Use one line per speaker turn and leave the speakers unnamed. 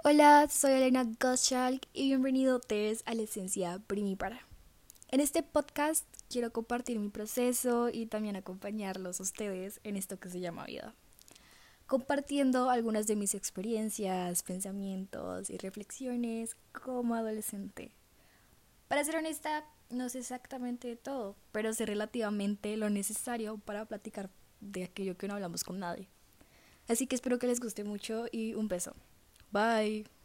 Hola, soy Elena Gottschalk y bienvenido ustedes a la esencia primípara. En este podcast quiero compartir mi proceso y también acompañarlos a ustedes en esto que se llama vida, compartiendo algunas de mis experiencias, pensamientos y reflexiones como adolescente. Para ser honesta, no sé exactamente de todo, pero sé relativamente lo necesario para platicar de aquello que no hablamos con nadie. Así que espero que les guste mucho y un beso. Bye.